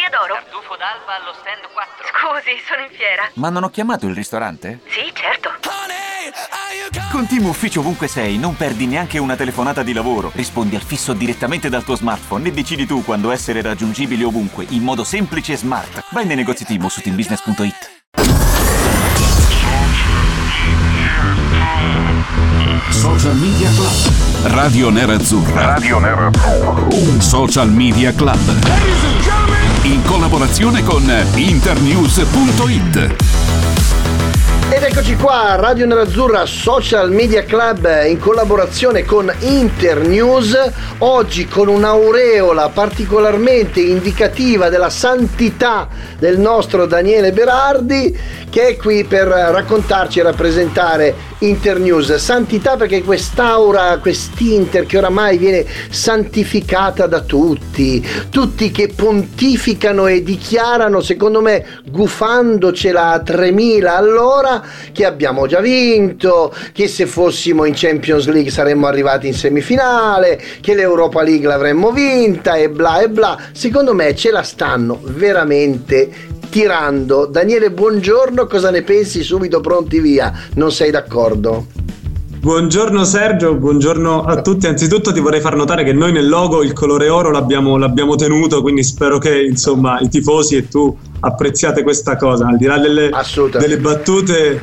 Osteria d'Oro. Tartufo d'alba allo stand 4. Scusi, sono in fiera. Ma non ho chiamato il ristorante? Sì, certo. Con Team Ufficio ovunque sei, non perdi neanche una telefonata di lavoro. Rispondi al fisso direttamente dal tuo smartphone e decidi tu quando essere raggiungibile ovunque, in modo semplice e smart. Vai nei negozi Team o su teambusiness.it. Social Media Club. Radio Nerazzurra. Radio Nerazzurra. Social Media Club. In collaborazione con internews.it. Ed eccoci qua, Radio Nerazzurra Social Media Club in collaborazione con Internews, oggi con un'aureola particolarmente indicativa della santità del nostro Daniele Berardi, che è qui per raccontarci e rappresentare Internews. Santità perché quest'aura, quest'Inter che oramai viene santificata da tutti che pontificano e dichiarano, secondo me gufandocela a 3000 all'ora, che abbiamo già vinto, che se fossimo in Champions League saremmo arrivati in semifinale, che l'Europa League l'avremmo vinta e bla e bla. Secondo me ce la stanno veramente tirando. Daniele, buongiorno, cosa ne pensi? Subito pronti via, non sei d'accordo? Buongiorno Sergio, buongiorno a tutti. Anzitutto ti vorrei far notare che noi nel logo il colore oro l'abbiamo tenuto, quindi spero che insomma i tifosi e tu apprezziate questa cosa. Al di là delle battute,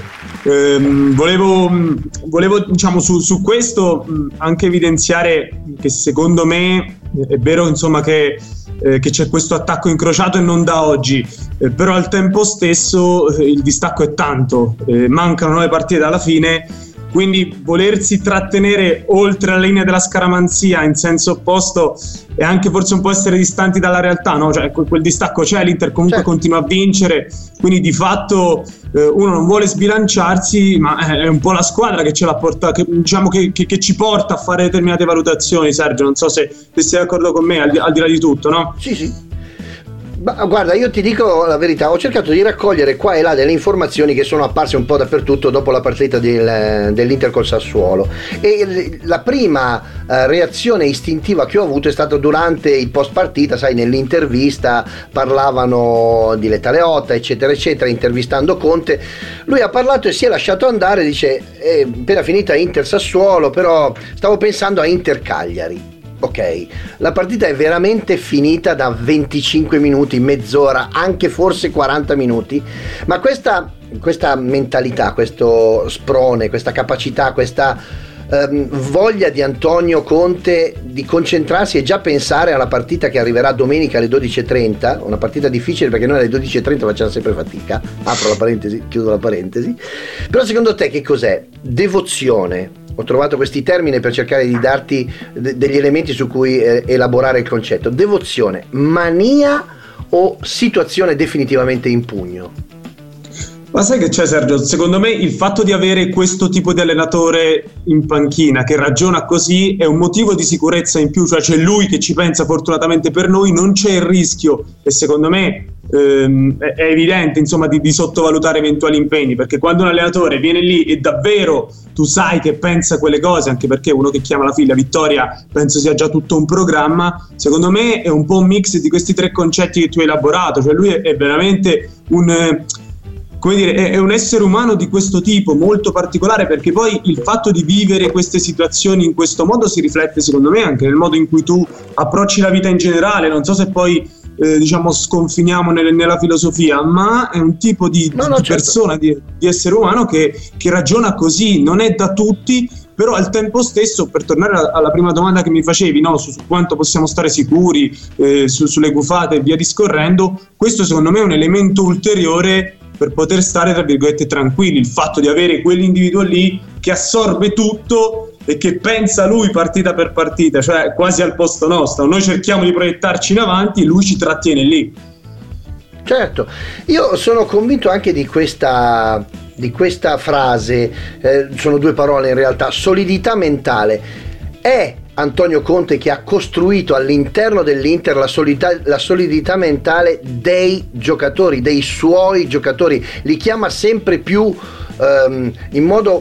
volevo diciamo su questo anche evidenziare che secondo me è vero insomma che c'è questo attacco incrociato e non da oggi, però al tempo stesso il distacco è tanto, mancano 9 partite alla fine. Quindi volersi trattenere oltre la linea della scaramanzia in senso opposto è anche forse un po' essere distanti dalla realtà, no? Cioè quel distacco c'è, l'Inter comunque continua a vincere, quindi di fatto uno non vuole sbilanciarsi, ma è un po' la squadra che ce la porta, che ci porta a fare determinate valutazioni. Sergio, non so se sei d'accordo con me, al di là di tutto, no? Sì. Ma guarda, io ti dico la verità, ho cercato di raccogliere qua e là delle informazioni che sono apparse un po' dappertutto dopo la partita dell'Inter col Sassuolo, e la prima reazione istintiva che ho avuto è stata durante il post partita. Sai, nell'intervista parlavano di Letta Leotta eccetera eccetera, intervistando Conte. Lui ha parlato e si è lasciato andare, dice appena finita Inter Sassuolo, però stavo pensando a Inter Cagliari. Ok, la partita è veramente finita da 25 minuti, mezz'ora, anche forse 40 minuti, ma questa mentalità, questo sprone, questa capacità, questa voglia di Antonio Conte di concentrarsi e già pensare alla partita che arriverà domenica alle 12:30, una partita difficile perché noi alle 12:30 facciamo sempre fatica, apro la parentesi, chiudo la parentesi. Però secondo te che cos'è? Devozione? Ho trovato questi termini per cercare di darti degli elementi su cui elaborare il concetto. Devozione, mania o situazione definitivamente in pugno? Ma sai che c'è, Sergio? Secondo me il fatto di avere questo tipo di allenatore in panchina che ragiona così è un motivo di sicurezza in più, cioè c'è lui che ci pensa, fortunatamente per noi non c'è il rischio, e secondo me è evidente insomma di sottovalutare eventuali impegni, perché quando un allenatore viene lì e davvero tu sai che pensa quelle cose, anche perché uno che chiama la figlia Vittoria penso sia già tutto un programma, secondo me è un po' un mix di questi 3 concetti che tu hai elaborato, cioè lui è veramente è un essere umano di questo tipo molto particolare, perché poi il fatto di vivere queste situazioni in questo modo si riflette secondo me anche nel modo in cui tu approcci la vita in generale. Non so se poi sconfiniamo nella filosofia, ma è un tipo di persona, di essere umano che ragiona così, non è da tutti. Però al tempo stesso, per tornare alla prima domanda che mi facevi, no, su quanto possiamo stare sicuri, sulle gufate e via discorrendo, questo secondo me è un elemento ulteriore per poter stare tra virgolette tranquilli, il fatto di avere quell'individuo lì che assorbe tutto e che pensa lui partita per partita, cioè quasi al posto nostro. Noi cerchiamo di proiettarci in avanti e lui ci trattiene lì. Certo, io sono convinto anche di questa frase, sono 2 parole in realtà, solidità mentale. È Antonio Conte che ha costruito all'interno dell'Inter la solidità mentale dei giocatori, dei suoi giocatori, li chiama sempre più in modo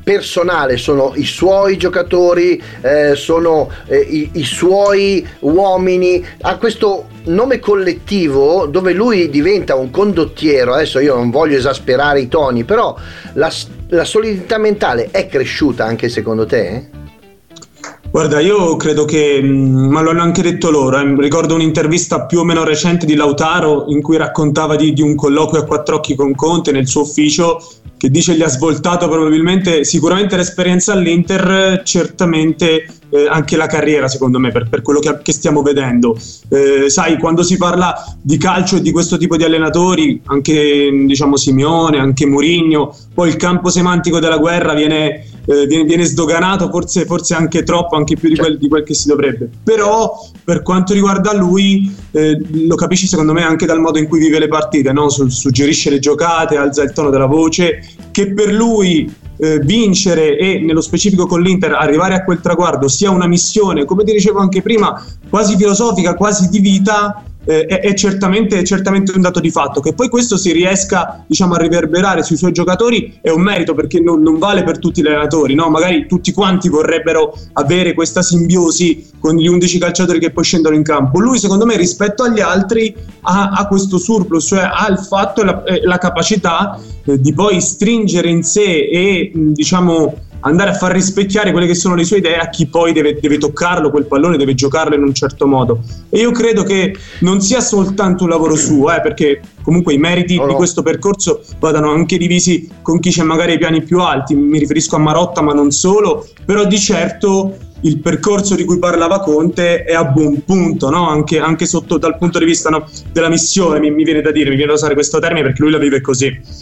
personale, sono i suoi giocatori, sono i suoi uomini, ha questo nome collettivo dove lui diventa un condottiero. Adesso io non voglio esasperare i toni, però la solidità mentale è cresciuta anche secondo te? Guarda, io credo che, ma lo hanno anche detto loro, ricordo un'intervista più o meno recente di Lautaro in cui raccontava di un colloquio a quattro occhi con Conte nel suo ufficio, che dice gli ha svoltato sicuramente l'esperienza all'Inter, certamente anche la carriera, secondo me, per quello che stiamo vedendo. Sai, quando si parla di calcio e di questo tipo di allenatori, anche diciamo Simeone, anche Mourinho, poi il campo semantico della guerra viene sdoganato, forse anche troppo, anche più di quel che si dovrebbe. Però per quanto riguarda lui, lo capisci secondo me anche dal modo in cui vive le partite, no? Suggerisce le giocate, alza il tono della voce, che per lui vincere e nello specifico con l'Inter arrivare a quel traguardo sia una missione, come ti dicevo anche prima, quasi filosofica, quasi di vita. È certamente un dato di fatto. Che poi questo si riesca, diciamo, a riverberare sui suoi giocatori è un merito, perché non vale per tutti gli allenatori, no? Magari tutti quanti vorrebbero avere questa simbiosi con gli 11 calciatori che poi scendono in campo. Lui, secondo me, rispetto agli altri ha questo surplus, cioè ha il fatto e la capacità di poi stringere in sé e diciamo andare a far rispecchiare quelle che sono le sue idee a chi poi deve toccarlo quel pallone, deve giocarlo in un certo modo. E io credo che non sia soltanto un lavoro suo, perché comunque i meriti di questo percorso vadano anche divisi con chi c'è magari ai piani più alti. Mi riferisco a Marotta, ma non solo, però di certo il percorso di cui parlava Conte è a buon punto, no? Anche sotto dal punto di vista, no, della missione, mi viene da usare questo termine perché lui la vive così.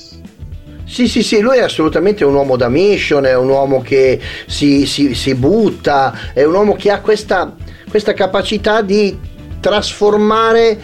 Sì, lui è assolutamente un uomo da mission, è un uomo che si butta, è un uomo che ha questa capacità di trasformare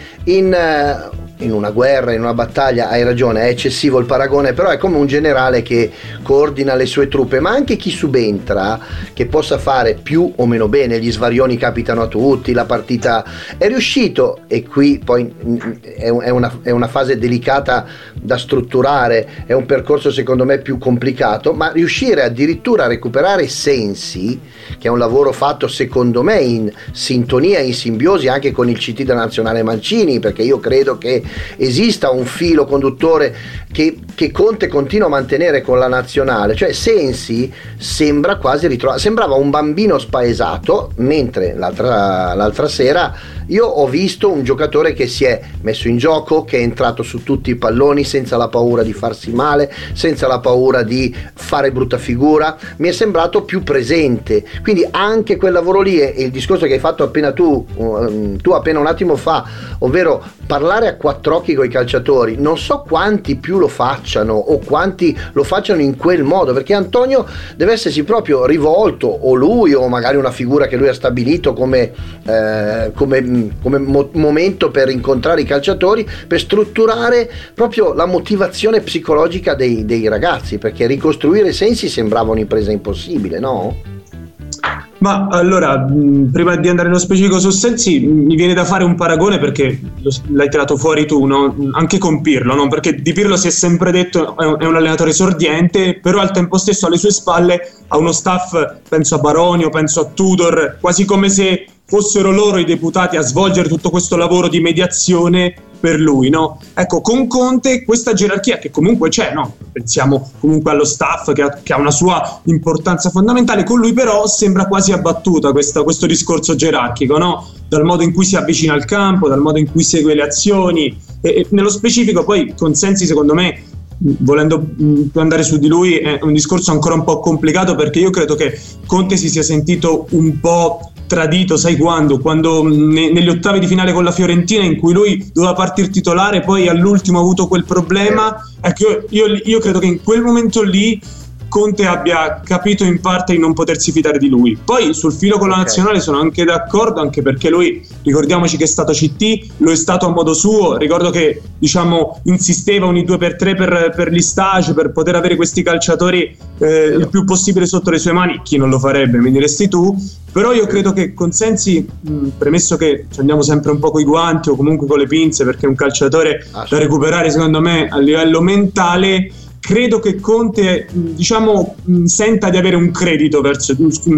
in una guerra, in una battaglia. Hai ragione, è eccessivo il paragone, però è come un generale che coordina le sue truppe, ma anche chi subentra, che possa fare più o meno bene, gli svarioni capitano a tutti, la partita è riuscito, e qui poi è una fase delicata da strutturare, è un percorso secondo me più complicato, ma riuscire addirittura a recuperare Sensi, che è un lavoro fatto secondo me in sintonia, in simbiosi anche con il CT della Nazionale Mancini, perché io credo che esista un filo conduttore che Conte continua a mantenere con la nazionale. Cioè Sensi sembra quasi sembrava un bambino spaesato, mentre l'altra sera io ho visto un giocatore che si è messo in gioco, che è entrato su tutti i palloni senza la paura di farsi male, senza la paura di fare brutta figura. Mi è sembrato più presente, quindi anche quel lavoro lì e il discorso che hai fatto appena tu appena un attimo fa, ovvero parlare a quattro occhi con i calciatori. Non so quanti più lo facciano o quanti lo facciano in quel modo, perché Antonio deve essersi proprio rivolto, o lui o magari una figura che lui ha stabilito come momento per incontrare i calciatori, per strutturare proprio la motivazione psicologica dei ragazzi, perché ricostruire Sensi sembrava un'impresa impossibile, no? Ma allora, prima di andare nello specifico su Sensi, mi viene da fare un paragone, perché l'hai tirato fuori tu, no? Anche con Pirlo, no? Perché di Pirlo si è sempre detto è un allenatore esordiente, però al tempo stesso alle sue spalle ha uno staff, penso a Baronio, penso a Tudor, quasi come se fossero loro i deputati a svolgere tutto questo lavoro di mediazione per lui, no? Ecco, con Conte questa gerarchia che comunque c'è, no? Pensiamo comunque allo staff che ha una sua importanza fondamentale, con lui però sembra quasi abbattuta questo discorso gerarchico, no? Dal modo in cui si avvicina al campo, dal modo in cui segue le azioni e nello specifico poi con Sensi, secondo me, volendo andare su di lui, è un discorso ancora un po' complicato, perché io credo che Conte si sia sentito un po' tradito, sai quando negli ottavi di finale con la Fiorentina, in cui lui doveva partire titolare, poi all'ultimo ha avuto quel problema. Ecco, io credo che in quel momento lì Conte abbia capito in parte di non potersi fidare di lui. Poi sul filo con la nazionale sono anche d'accordo, anche perché lui, ricordiamoci che è stato CT, lo è stato a modo suo. Ricordo che, diciamo, insisteva ogni 2x3 per gli stage, per poter avere questi calciatori il più possibile sotto le sue mani. Chi non lo farebbe, mi diresti tu. Però io credo che con Sensi, premesso che ci andiamo sempre un po' coi guanti o comunque con le pinze, perché è un calciatore da recuperare secondo me a livello mentale, credo che Conte senta di avere un credito verso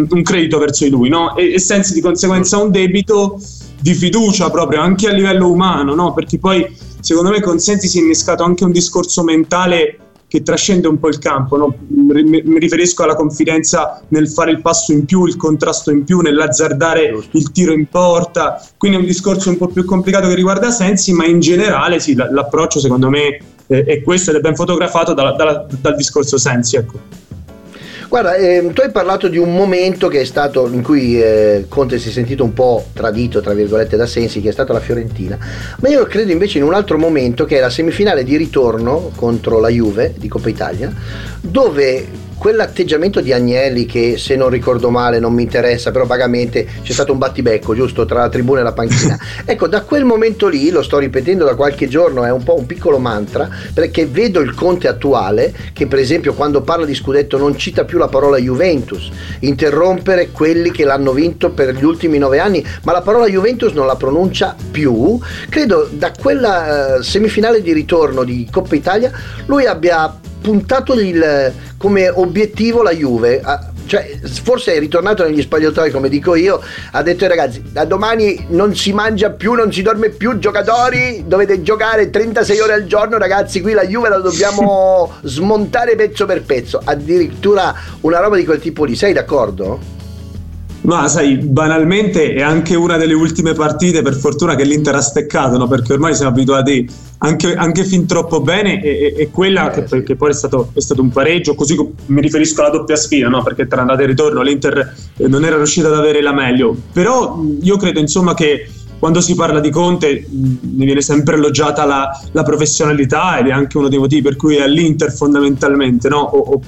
di lui, no? E sensi di conseguenza un debito di fiducia proprio anche a livello umano, no? Perché poi secondo me con Sensi si è innescato anche un discorso mentale che trascende un po' il campo, no? Mi riferisco alla confidenza nel fare il passo in più, il contrasto in più, nell'azzardare il tiro in porta, quindi è un discorso un po' più complicato che riguarda Sensi, ma in generale sì, l'approccio secondo me è questo ed è ben fotografato dal discorso Sensi, ecco. Guarda, tu hai parlato di un momento che è stato in cui Conte si è sentito un po' tradito, tra virgolette, da Sensi, che è stata la Fiorentina, ma io credo invece in un altro momento che è la semifinale di ritorno contro la Juve di Coppa Italia, dove quell'atteggiamento di Agnelli, che se non ricordo male non mi interessa, però vagamente c'è stato un battibecco giusto tra la tribuna e la panchina. Ecco, da quel momento lì, lo sto ripetendo da qualche giorno, è un po' un piccolo mantra, perché vedo il Conte attuale che per esempio quando parla di scudetto non cita più la parola Juventus, interrompere quelli che l'hanno vinto per gli ultimi 9 anni, ma la parola Juventus non la pronuncia più. Credo da quella semifinale di ritorno di Coppa Italia lui abbia puntato come obiettivo la Juve, cioè forse è ritornato negli spogliatoi, come dico io, ha detto ai ragazzi: da domani non si mangia più, non si dorme più, giocatori dovete giocare 36 ore al giorno, ragazzi, qui la Juve la dobbiamo smontare pezzo per pezzo, addirittura una roba di quel tipo lì. Sei d'accordo? Ma sai, banalmente è anche una delle ultime partite, per fortuna, che l'Inter ha steccato, no? Perché ormai siamo abituati anche fin troppo bene, e quella che poi è stato un pareggio, così mi riferisco alla doppia sfida, no? Perché tra andata e ritorno l'Inter non era riuscita ad avere la meglio, però io credo insomma che quando si parla di Conte mi viene sempre elogiata la professionalità, ed è anche uno dei motivi per cui è all'Inter fondamentalmente, no?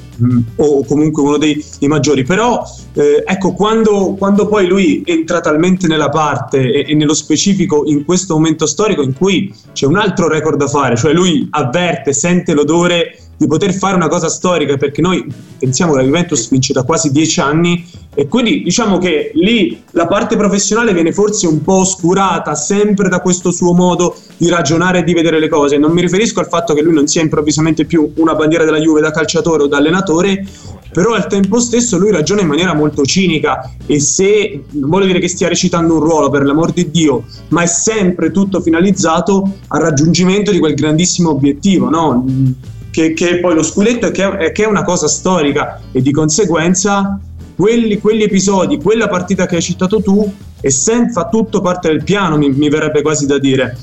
o comunque uno dei maggiori. Però ecco, quando poi lui entra talmente nella parte e nello specifico in questo momento storico in cui c'è un altro record da fare, cioè lui avverte, sente l'odore di poter fare una cosa storica, perché noi pensiamo che la Juventus vince da quasi 10 anni, e quindi diciamo che lì la parte professionale viene forse un po' oscurata sempre da questo suo modo di ragionare e di vedere le cose. Non mi riferisco al fatto che lui non sia improvvisamente più una bandiera della Juve da calciatore o da allenatore, però al tempo stesso lui ragiona in maniera molto cinica, e se non voglio dire che stia recitando un ruolo, per l'amor di Dio, ma è sempre tutto finalizzato al raggiungimento di quel grandissimo obiettivo, no? Che è poi lo scudetto, e che è una cosa storica, e di conseguenza quegli episodi, quella partita che hai citato tu, fa tutto parte del piano, mi verrebbe quasi da dire.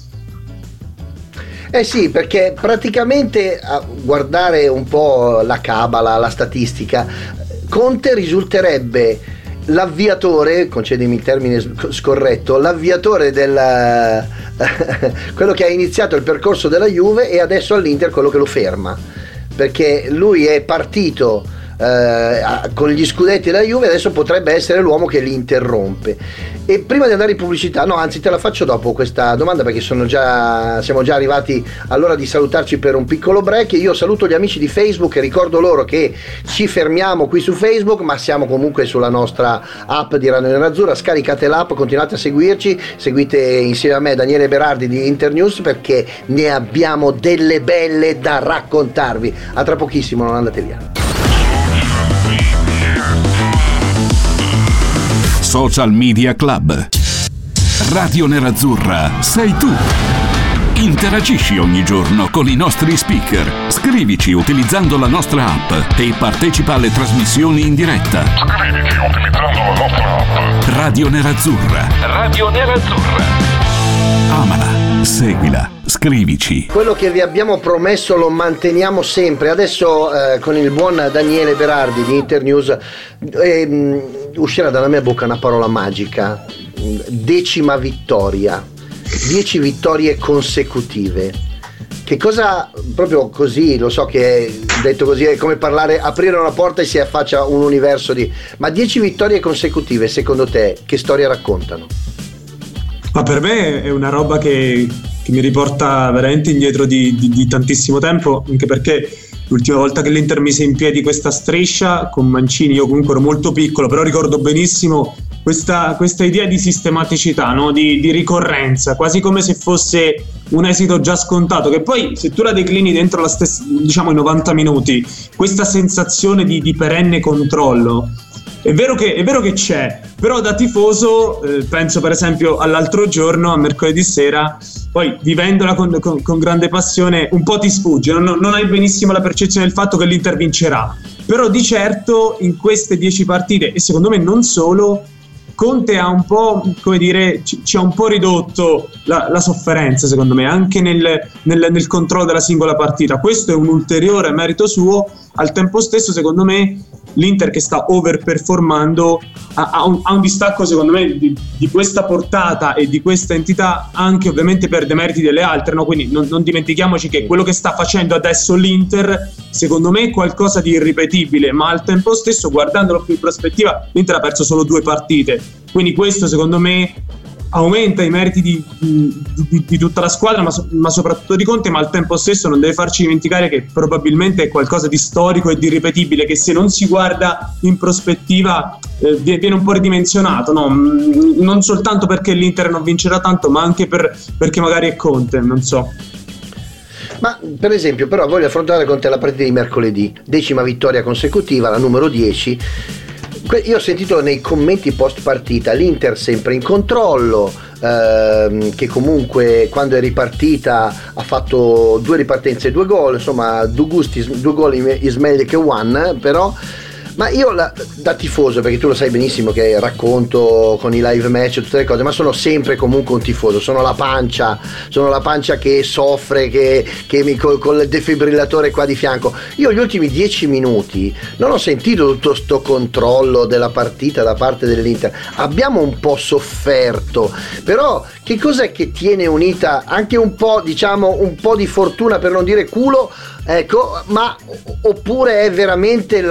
Eh sì, perché praticamente, a guardare un po' la cabala, la statistica, Conte risulterebbe l'avviatore, concedimi il termine scorretto, l'avviatore del quello che ha iniziato il percorso della Juve, e adesso all'Inter quello che lo ferma, perché lui è partito con gli scudetti della Juve, adesso potrebbe essere l'uomo che li interrompe. E prima di andare in pubblicità, no, anzi te la faccio dopo questa domanda, perché siamo già arrivati all'ora di salutarci per un piccolo break. Io saluto gli amici di Facebook e ricordo loro che ci fermiamo qui su Facebook, ma siamo comunque sulla nostra app di Radio Nerazzurra. Scaricate l'app, continuate a seguirci, seguite insieme a me Daniele Berardi di Internews, perché ne abbiamo delle belle da raccontarvi. A tra pochissimo, non andate via. Social Media Club. Radio Nerazzurra sei tu. Interagisci ogni giorno con i nostri speaker. Scrivici utilizzando la nostra app e partecipa alle trasmissioni in diretta. Scrivici utilizzando la nostra app. Radio Nerazzurra. Radio Nerazzurra. Amala, seguila, scrivici. Quello che vi abbiamo promesso lo manteniamo sempre. Adesso con il buon Daniele Berardi di Internews uscirà dalla mia bocca una parola magica: 10ª vittoria, 10 vittorie consecutive. Che cosa, proprio così, lo so che detto così è come parlare, aprire una porta e si affaccia un universo ma 10 vittorie consecutive, secondo te che storia raccontano? Ma per me è una roba che mi riporta veramente indietro di tantissimo tempo, anche perché l'ultima volta che l'Inter mise in piedi questa striscia con Mancini. Io comunque ero molto piccolo, però ricordo benissimo questa idea di sistematicità, no? di ricorrenza, quasi come se fosse un esito già scontato, che poi se tu la declini dentro la stessa, diciamo, i 90 minuti, questa sensazione di perenne controllo è vero che c'è, però da tifoso penso per esempio all'altro giorno, a mercoledì sera, poi vivendola con grande passione, un po' ti sfugge, non hai benissimo la percezione del fatto che l'Inter vincerà, però di certo in queste 10 partite, e secondo me non solo, Conte ha un po', come dire, ci ha un po' ridotto la sofferenza, secondo me, anche nel controllo della singola partita. Questo è un ulteriore merito suo. Al tempo stesso, secondo me, l'Inter, che sta overperformando, ha un distacco, secondo me, di questa portata e di questa entità, anche ovviamente per demeriti delle altre, no? Quindi non dimentichiamoci che quello che sta facendo adesso l'Inter, secondo me, è qualcosa di irripetibile, ma al tempo stesso, guardandolo più in prospettiva, l'Inter ha perso solo 2 partite, quindi questo secondo me aumenta i meriti di tutta la squadra, ma soprattutto di Conte, ma al tempo stesso non deve farci dimenticare che probabilmente è qualcosa di storico e di irripetibile, che se non si guarda in prospettiva viene un po' ridimensionato, no? Non soltanto perché l'Inter non vincerà tanto, ma anche perché magari è Conte, non so. Ma per esempio, però, voglio affrontare con te la partita di mercoledì, 10ª vittoria consecutiva, la numero 10. Io ho sentito nei commenti post partita l'Inter sempre in controllo, che comunque quando è ripartita ha fatto 2 ripartenze e 2 gol, insomma 2 gol is meglio che one, però. Ma io da tifoso, perché tu lo sai benissimo che racconto con i live match tutte le cose, ma sono sempre comunque un tifoso, sono la pancia che soffre, che con il defibrillatore qua di fianco. Io gli ultimi 10 minuti non ho sentito tutto sto controllo della partita da parte dell'Inter, abbiamo un po' sofferto, però che cos'è che tiene unita anche un po', diciamo, un po' di fortuna, per non dire culo, ecco, ma oppure è veramente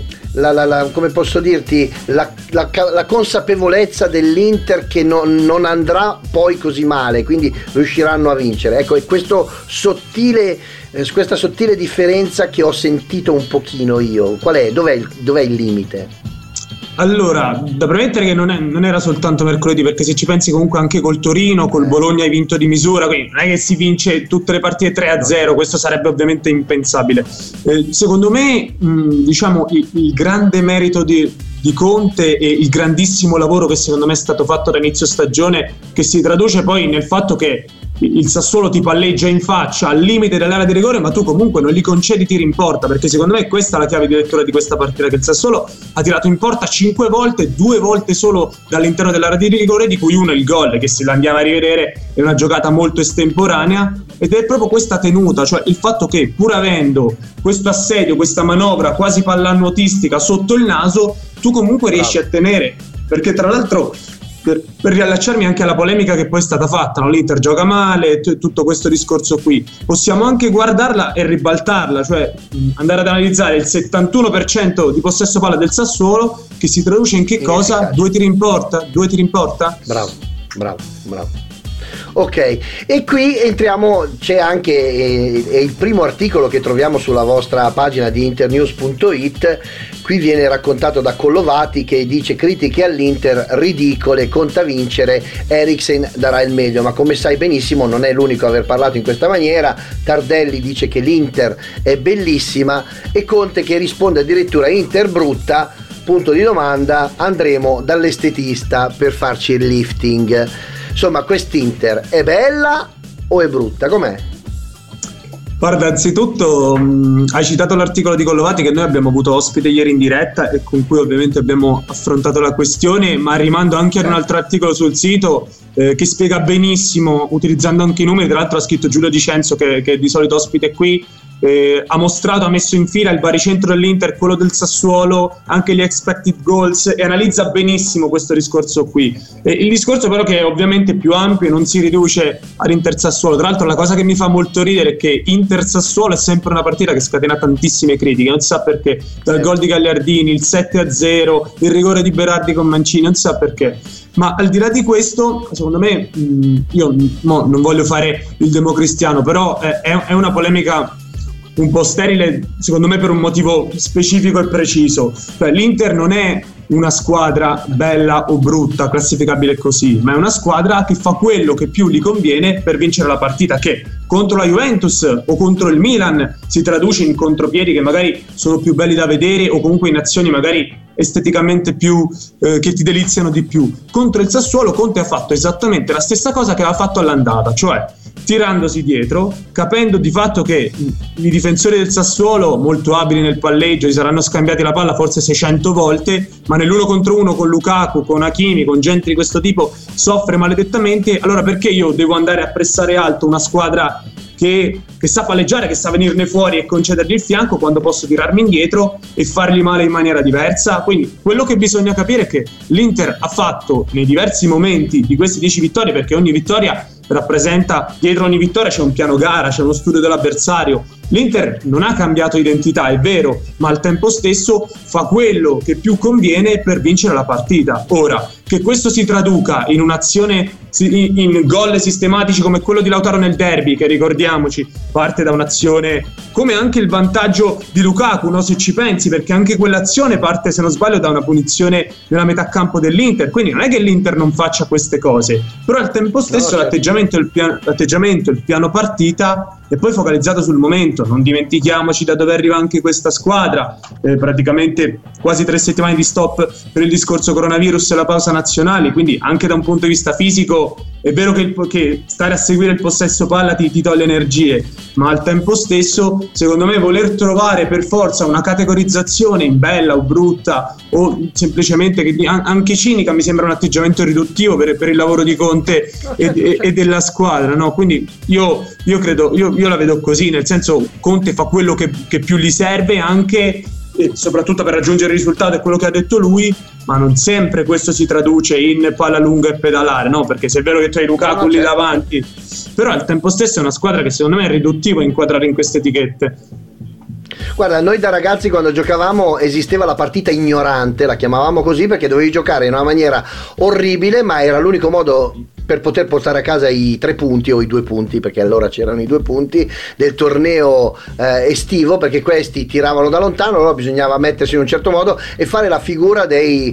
come posso dirti, la consapevolezza dell'Inter che non andrà poi così male, quindi riusciranno a vincere. Ecco, è questa sottile differenza che ho sentito un pochino io. Qual è? Dov'è il limite? Allora, da premettere che non era soltanto mercoledì, perché se ci pensi comunque anche col Torino, col Bologna hai vinto di misura, quindi non è che si vince tutte le partite 3-0, questo sarebbe ovviamente impensabile. Secondo me, diciamo, il grande merito di Conte e il grandissimo lavoro che secondo me è stato fatto da inizio stagione, che si traduce poi nel fatto che il Sassuolo ti palleggia in faccia al limite dell'area di rigore, ma tu comunque non gli concedi tiri in porta, perché secondo me questa è la chiave di lettura di questa partita, che il Sassuolo ha tirato in porta 5 volte, 2 volte solo dall'interno dell'area di rigore, di cui uno è il gol, che se lo andiamo a rivedere è una giocata molto estemporanea, ed è proprio questa tenuta, cioè il fatto che pur avendo questo assedio, questa manovra quasi pallanuotistica sotto il naso, tu comunque riesci a tenere, perché tra l'altro per riallacciarmi anche alla polemica che poi è stata fatta, no? L'Inter gioca male, tutto questo discorso qui, possiamo anche guardarla e ribaltarla, cioè andare ad analizzare il 71% di possesso palla del Sassuolo, che si traduce in che cosa? 2 tiri in porta? Bravo. Ok, e qui entriamo, c'è anche il primo articolo che troviamo sulla vostra pagina di internews.it. Qui viene raccontato da Collovati, che dice: critiche all'Inter ridicole, conta vincere, Eriksen darà il meglio. Ma come sai benissimo non è l'unico a aver parlato in questa maniera. Tardelli dice che l'Inter è bellissima e Conte che risponde addirittura: Inter brutta, punto di domanda, andremo dall'estetista per farci il lifting. Insomma, quest'Inter è bella o è brutta? Com'è? Guarda, anzitutto hai citato l'articolo di Collovati che noi abbiamo avuto ospite ieri in diretta e con cui ovviamente abbiamo affrontato la questione, ma rimando anche ad un altro articolo sul sito che spiega benissimo, utilizzando anche i numeri. Tra l'altro ha scritto Giulio Di Cenzo, che è di solito ospite qui, ha messo in fila il baricentro dell'Inter, quello del Sassuolo, anche gli expected goals, e analizza benissimo questo discorso qui. Il discorso però che è ovviamente più ampio e non si riduce all'Inter Sassuolo. Tra l'altro la cosa che mi fa molto ridere è che Inter Sassuolo è sempre una partita che scatena tantissime critiche, non si sa perché, dal gol di Gagliardini, il 7-0, il rigore di Berardi con Mancini, non si sa perché. Ma al di là di questo, secondo me, io non voglio fare il democristiano, però è una polemica un po' sterile, secondo me, per un motivo specifico e preciso. Cioè, l'Inter non è una squadra bella o brutta, classificabile così, ma è una squadra che fa quello che più gli conviene per vincere la partita, che contro la Juventus o contro il Milan si traduce in contropiedi che magari sono più belli da vedere, o comunque in azioni magari esteticamente più che ti deliziano di più. Contro il Sassuolo Conte ha fatto esattamente la stessa cosa che aveva fatto all'andata, cioè tirandosi dietro, capendo di fatto che i difensori del Sassuolo, molto abili nel palleggio, gli saranno scambiati la palla forse 600 volte, ma nell'uno contro uno con Lukaku, con Hakimi, con gente di questo tipo soffre maledettamente. Allora perché io devo andare a pressare alto una squadra che sa palleggiare, che sa venirne fuori e concedergli il fianco, quando posso tirarmi indietro e fargli male in maniera diversa? Quindi quello che bisogna capire è che l'Inter ha fatto nei diversi momenti di queste 10 vittorie, perché ogni vittoria rappresenta, dietro ogni vittoria c'è un piano gara, c'è uno studio dell'avversario. L'Inter non ha cambiato identità, è vero, ma al tempo stesso fa quello che più conviene per vincere la partita. Ora, che questo si traduca in un'azione, in gol sistematici come quello di Lautaro nel derby, che ricordiamoci parte da un'azione, come anche il vantaggio di Lukaku, no? Se ci pensi, perché anche quell'azione parte, se non sbaglio, da una punizione nella metà campo dell'Inter, quindi non è che l'Inter non faccia queste cose, però al tempo stesso l'atteggiamento e il piano partita è poi focalizzato sul momento. Non dimentichiamoci da dove arriva anche questa squadra, praticamente quasi 3 settimane di stop per il discorso coronavirus e la pausa nazionali, quindi anche da un punto di vista fisico è vero che stare a seguire il possesso palla ti toglie energie, ma al tempo stesso secondo me voler trovare per forza una categorizzazione in bella o brutta o semplicemente anche cinica mi sembra un atteggiamento riduttivo per il lavoro di Conte e della squadra, no? Quindi io credo, io la vedo così, nel senso, Conte fa quello che più gli serve, anche e soprattutto per raggiungere il risultato, è quello che ha detto lui, ma non sempre questo si traduce in palla lunga e pedalare, no? Perché se è vero che tu hai Lukaku lì davanti, però al tempo stesso è una squadra che secondo me è riduttivo inquadrare in queste etichette. Guarda, noi da ragazzi quando giocavamo esisteva la partita ignorante, la chiamavamo così perché dovevi giocare in una maniera orribile, ma era l'unico modo per poter portare a casa i 3 punti o i 2 punti, perché allora c'erano i 2 punti del torneo estivo, perché questi tiravano da lontano, allora bisognava mettersi in un certo modo e fare la figura dei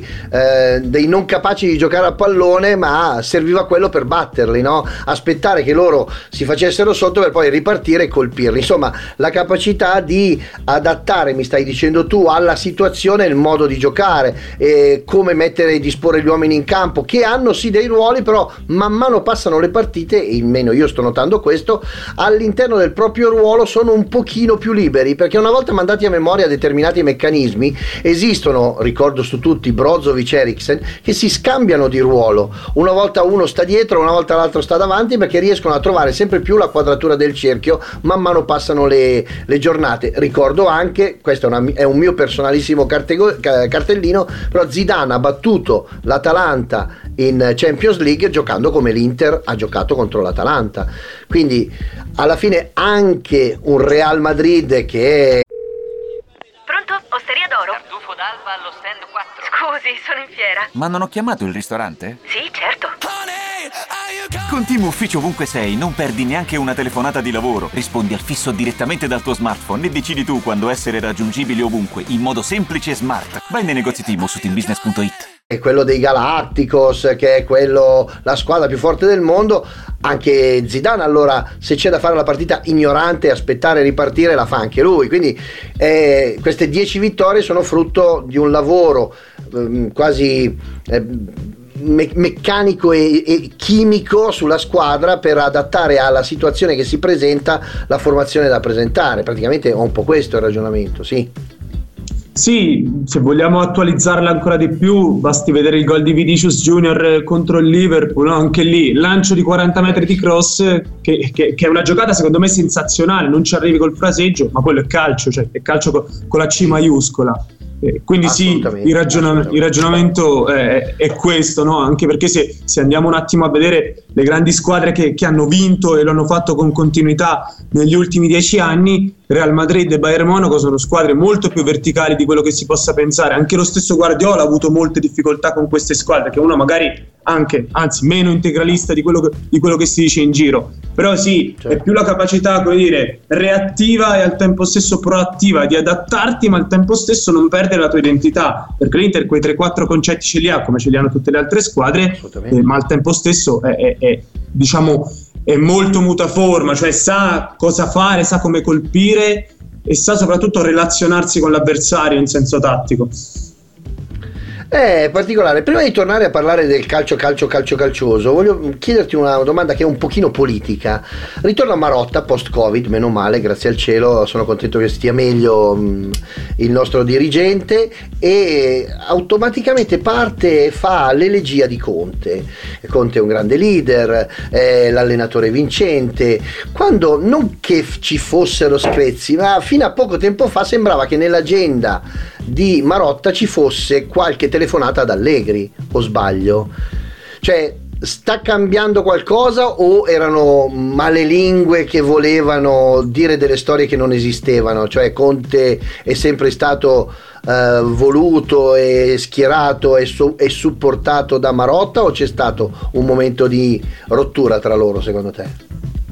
non capaci di giocare a pallone, ma serviva quello per batterli, no? Aspettare che loro si facessero sotto per poi ripartire e colpirli. Insomma, la capacità di adattare, mi stai dicendo tu, alla situazione il modo di giocare, come mettere e disporre gli uomini in campo, che hanno sì dei ruoli, però man mano passano le partite, e almeno io sto notando questo, all'interno del proprio ruolo sono un pochino più liberi, perché una volta mandati a memoria determinati meccanismi, esistono, ricordo su tutti Brozovic e Eriksen, che si scambiano di ruolo, una volta uno sta dietro, una volta l'altro sta davanti, perché riescono a trovare sempre più la quadratura del cerchio man mano passano le giornate. Ricordo anche, questo è un mio personalissimo cartellino, però Zidane ha battuto l'Atalanta in Champions League giocando come l'Inter ha giocato contro l'Atalanta, quindi alla fine anche un Real Madrid che è... Pronto? Osteria d'Oro? Tartufo d'Alba allo stand 4. Scusi, sono in fiera. Ma non ho chiamato il ristorante? Sì, certo. Con Team Ufficio ovunque sei non perdi neanche una telefonata di lavoro. Rispondi al fisso direttamente dal tuo smartphone e decidi tu quando essere raggiungibile ovunque, in modo semplice e smart. Vai nei negozi Team o su teambusiness.it. È quello dei Galacticos, che è quello, la squadra più forte del mondo. Anche Zidane, allora, se c'è da fare la partita ignorante e aspettare ripartire, la fa anche lui. Quindi queste 10 vittorie sono frutto di un lavoro quasi meccanico e chimico sulla squadra per adattare alla situazione che si presenta la formazione da presentare. Praticamente è un po' questo il ragionamento, sì. Sì, se vogliamo attualizzarla ancora di più, basti vedere il gol di Vinicius Junior contro il Liverpool, no? Anche lì, lancio di 40 metri di cross, che è una giocata secondo me sensazionale, non ci arrivi col fraseggio, ma quello è calcio, cioè è calcio con la C maiuscola. Quindi sì, il ragionamento è questo, no? Anche perché se andiamo un attimo a vedere le grandi squadre che hanno vinto e lo hanno fatto con continuità negli ultimi 10 anni, Real Madrid e Bayern Monaco sono squadre molto più verticali di quello che si possa pensare. Anche lo stesso Guardiola ha avuto molte difficoltà con queste squadre, che uno magari anzi meno integralista di quello che si dice in giro. però sì, certo. È più la capacità, come dire, reattiva e al tempo stesso proattiva di adattarti, ma al tempo stesso non perdere la tua identità, perché l'Inter quei 3-4 concetti ce li ha come ce li hanno tutte le altre squadre, ma al tempo stesso è diciamo è molto mutaforma, cioè sa cosa fare, sa come colpire e sa soprattutto relazionarsi con l'avversario in senso tattico. È particolare. Prima di tornare a parlare del calcioso, voglio chiederti una domanda che è un pochino politica. Ritorno a Marotta post-Covid, meno male, grazie al cielo, sono contento che stia meglio il nostro dirigente, e automaticamente fa l'elegia di Conte. Conte è un grande leader, è l'allenatore vincente, quando non che ci fossero screzi, ma fino a poco tempo fa sembrava che nell'agenda di Marotta ci fosse qualche telefonata ad Allegri, o sbaglio? Cioè, sta cambiando qualcosa o erano malelingue che volevano dire delle storie che non esistevano? Cioè Conte è sempre stato voluto e schierato e supportato da Marotta, o c'è stato un momento di rottura tra loro, secondo te?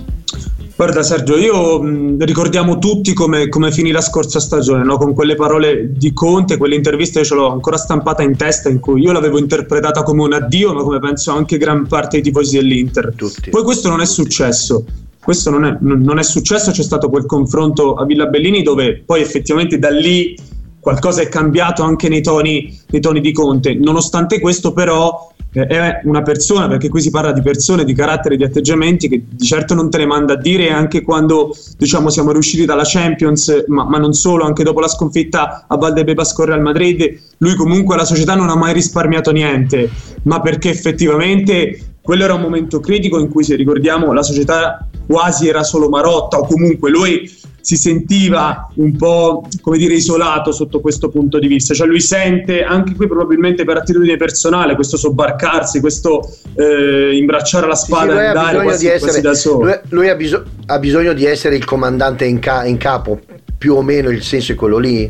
Guarda Sergio, ricordiamo tutti come finì la scorsa stagione, no? Con quelle parole di Conte, quell'intervista io ce l'ho ancora stampata in testa, in cui io l'avevo interpretata come un addio, ma come penso anche gran parte dei tifosi dell'Inter. Tutti. Poi questo non è successo. Questo non è successo, c'è stato quel confronto a Villa Bellini dove poi effettivamente da lì qualcosa è cambiato anche nei toni di Conte. Nonostante questo però è una persona, perché qui si parla di persone, di carattere, di atteggiamenti che di certo non te ne manda a dire, anche quando diciamo siamo riusciti dalla Champions, ma non solo, anche dopo la sconfitta a Valdebebas con Real Madrid, lui comunque alla società non ha mai risparmiato niente, ma perché effettivamente quello era un momento critico in cui, se ricordiamo, la società quasi era solo Marotta, o comunque lui si sentiva un po', come dire, isolato sotto questo punto di vista. Cioè lui sente, anche qui probabilmente per attitudine personale, questo sobbarcarsi, questo imbracciare la spada e andare quasi da solo. Lui ha bisogno di essere il comandante in capo, più o meno il senso è quello lì.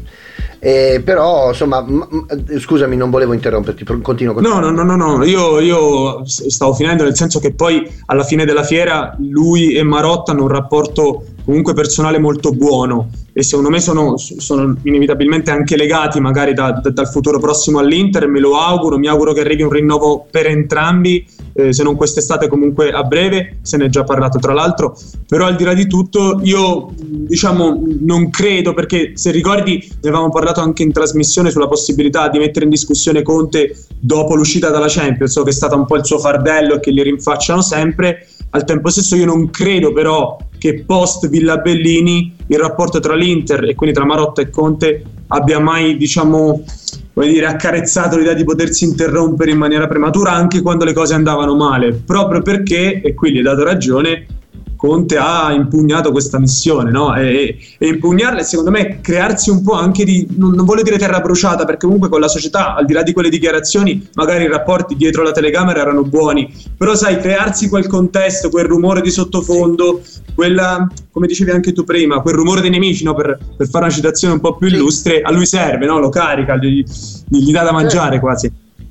Però insomma, scusami, non volevo interromperti, continuo. No, io stavo finendo, nel senso che poi alla fine della fiera lui e Marotta hanno un rapporto comunque personale molto buono, e secondo me sono inevitabilmente anche legati magari dal futuro prossimo all'Inter. Me lo auguro, mi auguro che arrivi un rinnovo per entrambi, se non quest'estate comunque a breve, se ne è già parlato tra l'altro. Però al di là di tutto io diciamo non credo, perché se ricordi ne avevamo parlato anche in trasmissione sulla possibilità di mettere in discussione Conte dopo l'uscita dalla Champions, che è stata un po' il suo fardello e che gli rinfacciano sempre. Al tempo stesso io non credo però che post Villa Bellini il rapporto tra l'Inter e quindi tra Marotta e Conte abbia mai, diciamo, vuol dire, accarezzato l'idea di potersi interrompere in maniera prematura anche quando le cose andavano male, proprio perché, e qui gli hai dato ragione, Conte ha impugnato questa missione, no? E impugnarla e secondo me crearsi un po' anche di, non voglio dire terra bruciata, perché comunque con la società, al di là di quelle dichiarazioni, magari i rapporti dietro la telecamera erano buoni, però sai, crearsi quel contesto, quel rumore di sottofondo, quella, come dicevi anche tu prima, quel rumore dei nemici, no? Per fare una citazione un po' più illustre, a lui serve, no? Lo carica, gli dà da mangiare quasi.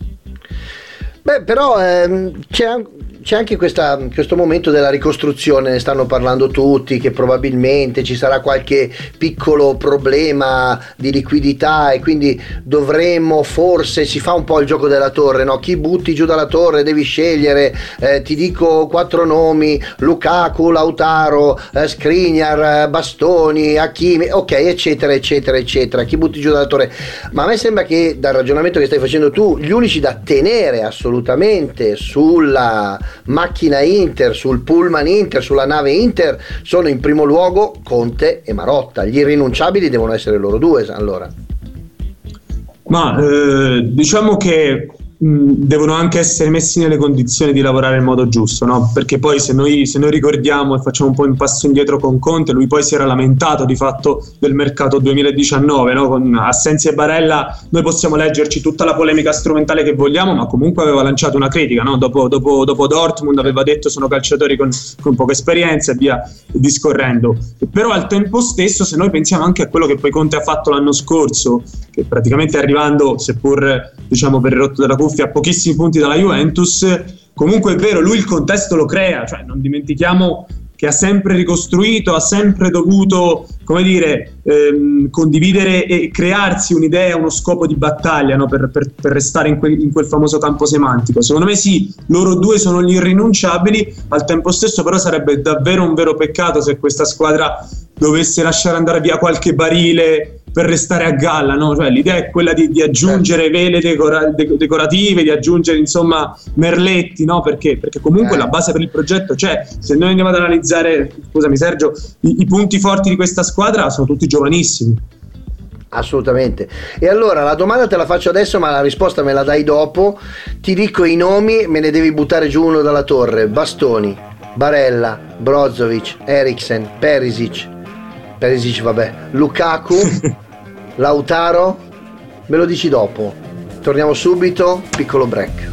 Beh, però c'è anche questo momento della ricostruzione, ne stanno parlando tutti, che probabilmente ci sarà qualche piccolo problema di liquidità e quindi dovremmo, forse si fa un po' il gioco della torre, no? Chi butti giù dalla torre devi scegliere, ti dico 4 nomi: Lukaku, Lautaro, Skriniar, Bastoni, Hakimi, ok, eccetera eccetera eccetera, chi butti giù dalla torre. Ma a me sembra che dal ragionamento che stai facendo tu, gli unici da tenere assolutamente sulla macchina Inter, sul pullman Inter, sulla nave Inter, sono in primo luogo Conte e Marotta. Gli irrinunciabili devono essere loro due, allora. Ma diciamo che devono anche essere messi nelle condizioni di lavorare in modo giusto, no? Perché poi se noi ricordiamo e facciamo un po' un passo indietro con Conte, lui poi si era lamentato di fatto del mercato 2019, no? Con Assensi e Barella noi possiamo leggerci tutta la polemica strumentale che vogliamo, ma comunque aveva lanciato una critica, no? Dopo Dortmund aveva detto sono calciatori con poca esperienza e via discorrendo. Però al tempo stesso, se noi pensiamo anche a quello che poi Conte ha fatto l'anno scorso, che praticamente arrivando, seppur diciamo per il rotto della cuffia, a pochissimi punti dalla Juventus, comunque è vero, lui il contesto lo crea, cioè non dimentichiamo che ha sempre ricostruito, ha sempre dovuto, come dire, condividere e crearsi un'idea, uno scopo di battaglia, no? per restare in quel famoso campo semantico. Secondo me sì, loro due sono gli irrinunciabili, al tempo stesso però sarebbe davvero un vero peccato se questa squadra dovesse lasciare andare via qualche barile per restare a galla, no? Cioè, l'idea è quella di aggiungere vele decorative, di aggiungere insomma merletti, no? Perché comunque la base per il progetto c'è. Se noi andiamo ad analizzare, scusami Sergio, i punti forti di questa squadra sono tutti giovanissimi. Assolutamente. E allora la domanda te la faccio adesso, ma la risposta me la dai dopo. Ti dico i nomi, me ne devi buttare giù uno dalla torre. Bastoni, Barella, Brozovic, Eriksen, Perisic vabbè, Lukaku, Lautaro. Me lo dici dopo. Torniamo subito, piccolo break.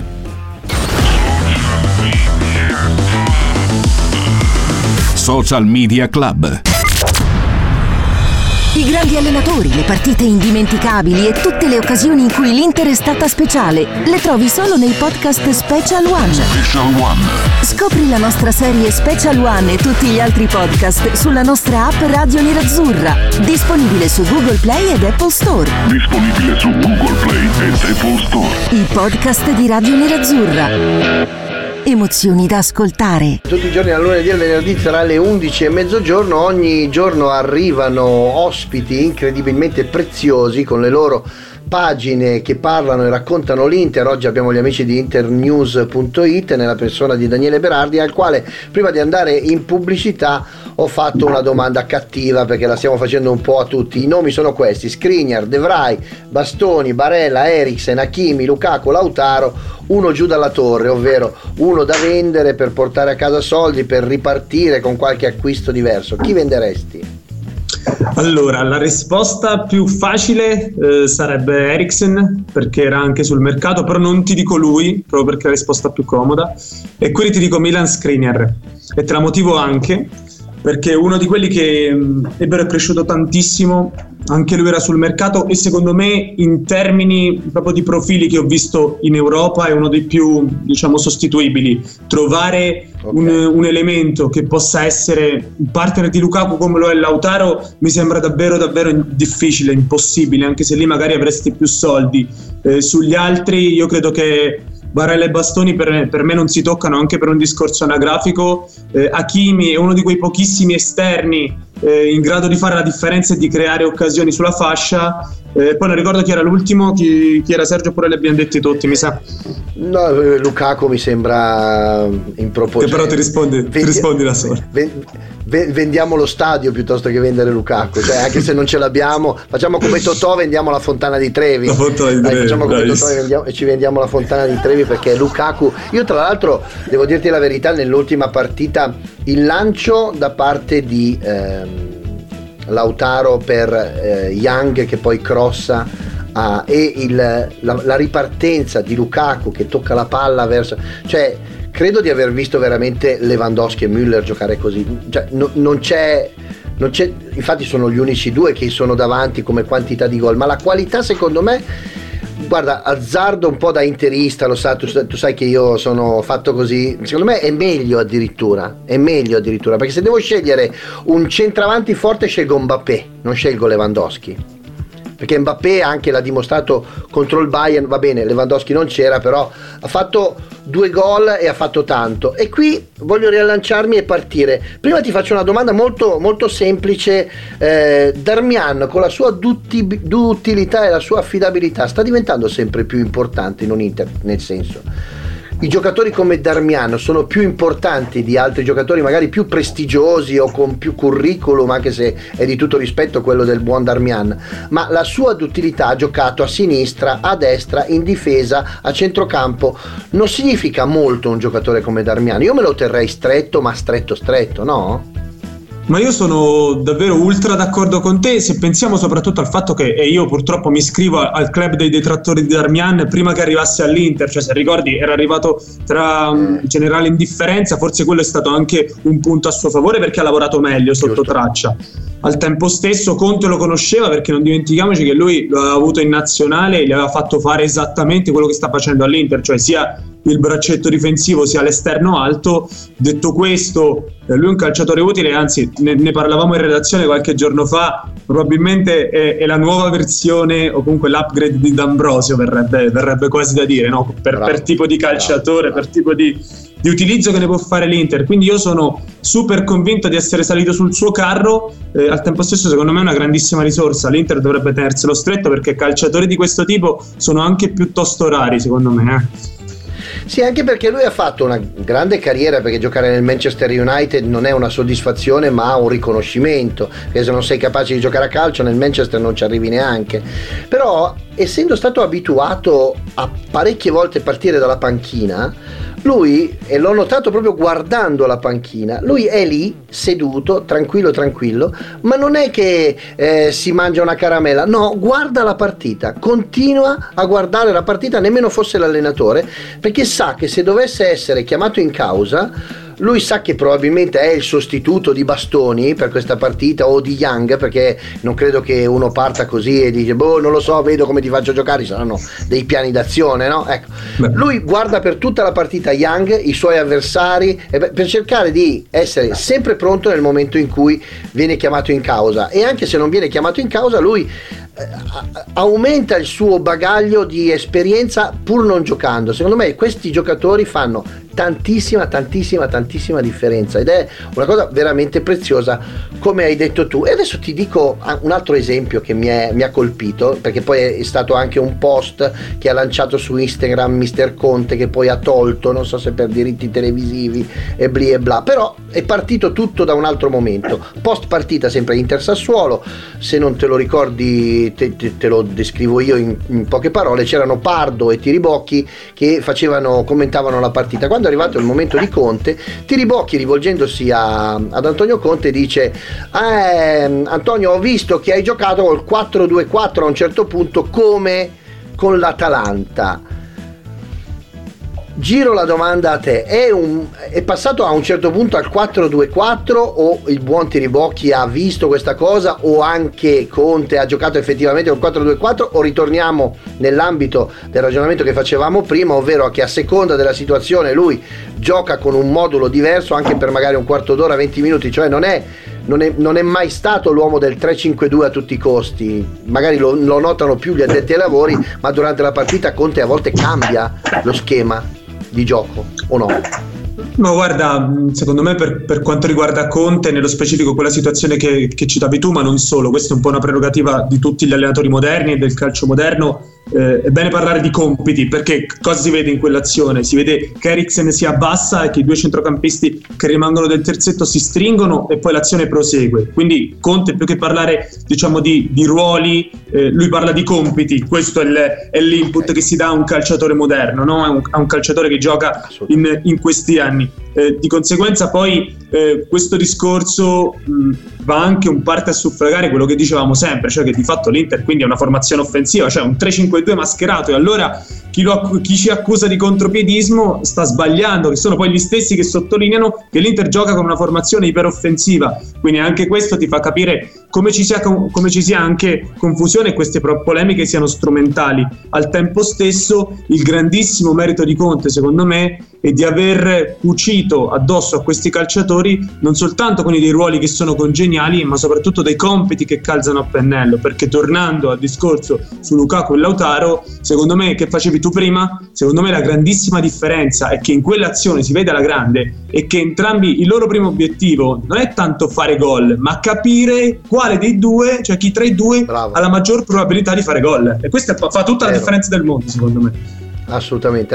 Social Media Club. I grandi allenatori, le partite indimenticabili e tutte le occasioni in cui l'Inter è stata speciale le trovi solo nei podcast Special One. Scopri la nostra serie Special One e tutti gli altri podcast sulla nostra app Radio Nerazzurra, disponibile su Google Play ed Apple Store. I podcast di Radio Nerazzurra. Emozioni da ascoltare. Tutti i giorni, dal lunedì al venerdì, tra le 11 e mezzogiorno, ogni giorno arrivano ospiti incredibilmente preziosi con le loro pagine che parlano e raccontano l'Inter. Oggi abbiamo gli amici di internews.it nella persona di Daniele Berardi, al quale prima di andare in pubblicità ho fatto una domanda cattiva, perché la stiamo facendo un po' a tutti. I nomi sono questi: Skriniar, De Vrij, Bastoni, Barella, Eriksen, Hakimi, Lukaku, Lautaro. Uno giù dalla torre, ovvero uno da vendere per portare a casa soldi, per ripartire con qualche acquisto diverso. Chi venderesti? Allora, la risposta più facile sarebbe Eriksen, perché era anche sul mercato, però non ti dico lui, proprio perché è la risposta più comoda. E quindi ti dico Milan Skriniar, e te la motivo anche perché uno di quelli che è cresciuto tantissimo, anche lui era sul mercato, e secondo me in termini proprio di profili che ho visto in Europa è uno dei più, diciamo, sostituibili. Trovare un elemento che possa essere un partner di Lukaku come lo è Lautaro mi sembra davvero difficile, impossibile, anche se lì magari avresti più soldi. Sugli altri io credo che Barella e Bastoni per me non si toccano, anche per un discorso anagrafico. Hakimi è uno di quei pochissimi esterni in grado di fare la differenza e di creare occasioni sulla fascia. Poi non ricordo chi era l'ultimo, chi era, Sergio, pure li abbiamo detti tutti, mi sa. No, Lukaku mi sembra in proporzione. Che però ti rispondi da solo. Vendiamo lo stadio piuttosto che vendere Lukaku, cioè anche se non ce l'abbiamo, facciamo come Totò, vendiamo la Fontana di Trevi. Facciamo come Totò e ci vendiamo la Fontana di Trevi, perché Lukaku. Io tra l'altro devo dirti la verità, nell'ultima partita il lancio da parte di Lautaro per Young, che poi crossa, e la ripartenza di Lukaku che tocca la palla verso, cioè credo di aver visto veramente Lewandowski e Müller giocare così, cioè, non c'è, infatti sono gli unici due che sono davanti come quantità di gol, ma la qualità secondo me, guarda, azzardo un po' da interista, lo sa, tu sai che io sono fatto così, secondo me è meglio addirittura, perché se devo scegliere un centravanti forte scelgo Mbappé, non scelgo Lewandowski, perché Mbappé anche l'ha dimostrato contro il Bayern. Va bene, Lewandowski non c'era, però ha fatto 2 gol e ha fatto tanto. E qui voglio rilanciarmi e partire. Prima ti faccio una domanda molto, molto semplice. Darmian, con la sua duttilità e la sua affidabilità, sta diventando sempre più importante in un Inter, nel senso, i giocatori come Darmian sono più importanti di altri giocatori magari più prestigiosi o con più curriculum, anche se è di tutto rispetto quello del buon Darmian, ma la sua duttilità, ha giocato a sinistra, a destra, in difesa, a centrocampo, non significa molto un giocatore come Darmian. Io me lo terrei stretto, ma stretto, no? Ma io sono davvero ultra d'accordo con te, se pensiamo soprattutto al fatto che, e io purtroppo mi iscrivo al club dei detrattori di Darmian prima che arrivasse all'Inter, cioè se ricordi era arrivato tra generale indifferenza, forse quello è stato anche un punto a suo favore perché ha lavorato meglio sotto traccia. al tempo stesso Conte lo conosceva, perché non dimentichiamoci che lui lo aveva avuto in nazionale e gli aveva fatto fare esattamente quello che sta facendo all'Inter, cioè sia il braccetto difensivo sia l'esterno alto. Detto questo, lui è un calciatore utile, anzi ne parlavamo in redazione qualche giorno fa, probabilmente è la nuova versione o comunque l'upgrade di D'Ambrosio, verrebbe quasi da dire, no? Per tipo di calciatore, per tipo di utilizzo che ne può fare l'Inter. Quindi io sono super convinto di essere salito sul suo carro, al tempo stesso secondo me è una grandissima risorsa, l'Inter dovrebbe tenerselo stretto perché calciatori di questo tipo sono anche piuttosto rari secondo me. Sì, anche perché lui ha fatto una grande carriera, perché giocare nel Manchester United non è una soddisfazione ma un riconoscimento, perché se non sei capace di giocare a calcio nel Manchester non ci arrivi neanche. Però essendo stato abituato a parecchie volte partire dalla panchina, lui, e l'ho notato proprio guardando la panchina, lui è lì seduto tranquillo, ma non è che si mangia una caramella, no, guarda la partita, continua a guardare la partita, nemmeno fosse l'allenatore, perché sa che se dovesse essere chiamato in causa, lui sa che probabilmente è il sostituto di Bastoni per questa partita o di Young, perché non credo che uno parta così e dice non lo so, vedo come ti faccio giocare, saranno dei piani d'azione, no? Ecco. Lui guarda per tutta la partita Young, i suoi avversari, per cercare di essere sempre pronto nel momento in cui viene chiamato in causa, e anche se non viene chiamato in causa lui aumenta il suo bagaglio di esperienza pur non giocando. Secondo me questi giocatori fanno tantissima differenza ed è una cosa veramente preziosa, come hai detto tu. E adesso ti dico un altro esempio che mi ha colpito, perché poi è stato anche un post che ha lanciato su Instagram Mister Conte, che poi ha tolto, non so se per diritti televisivi e bla, però è partito tutto da un altro momento. Post partita sempre Inter Sassuolo, se non te lo ricordi te lo descrivo io in poche parole. C'erano Pardo e Tiribocchi che commentavano la partita. Quando è arrivato il momento di Conte, Tiribocchi, rivolgendosi ad Antonio Conte, dice Antonio, ho visto che hai giocato col 4-2-4 a un certo punto come con l'Atalanta. Giro la domanda a te, è passato a un certo punto al 4-2-4 o il buon Tiribocchi ha visto questa cosa, o anche Conte ha giocato effettivamente col 4-2-4, o ritorniamo nell'ambito del ragionamento che facevamo prima, ovvero che a seconda della situazione lui gioca con un modulo diverso anche per magari un quarto d'ora, 20 minuti, cioè non è mai stato l'uomo del 3-5-2 a tutti i costi. Magari lo notano più gli addetti ai lavori, ma durante la partita Conte a volte cambia lo schema di gioco, o no? No, guarda, secondo me per quanto riguarda Conte, nello specifico quella situazione che citavi tu, ma non solo, questa è un po' una prerogativa di tutti gli allenatori moderni e del calcio moderno. È bene parlare di compiti, perché cosa si vede in quell'azione? Si vede che Eriksen si abbassa e che i due centrocampisti che rimangono del terzetto si stringono e poi l'azione prosegue. Quindi Conte, più che parlare diciamo di ruoli, lui parla di compiti. Questo è l'input che si dà a un calciatore moderno, no? A un calciatore che gioca in questi anni. Di conseguenza poi questo discorso va anche un parte a suffragare quello che dicevamo sempre, cioè che di fatto l'Inter quindi è una formazione offensiva, cioè un 3-5-2 mascherato, e allora chi ci accusa di contropiedismo sta sbagliando, che sono poi gli stessi che sottolineano che l'Inter gioca con una formazione iperoffensiva. Quindi anche questo ti fa capire come ci sia anche confusione e queste polemiche siano strumentali. Al tempo stesso il grandissimo merito di Conte, secondo me, è di aver cucito addosso a questi calciatori non soltanto con dei ruoli che sono congeniali, ma soprattutto dei compiti che calzano a pennello. Perché tornando al discorso su Lukaku e Lautaro, secondo me, che facevi tu prima, secondo me la grandissima differenza è che in quell'azione si vede alla grande e che entrambi il loro primo obiettivo non è tanto fare gol, ma capire quale dei due, cioè chi tra i due ha la maggior probabilità di fare gol, e questa fa tutta la differenza del mondo, secondo me. Assolutamente.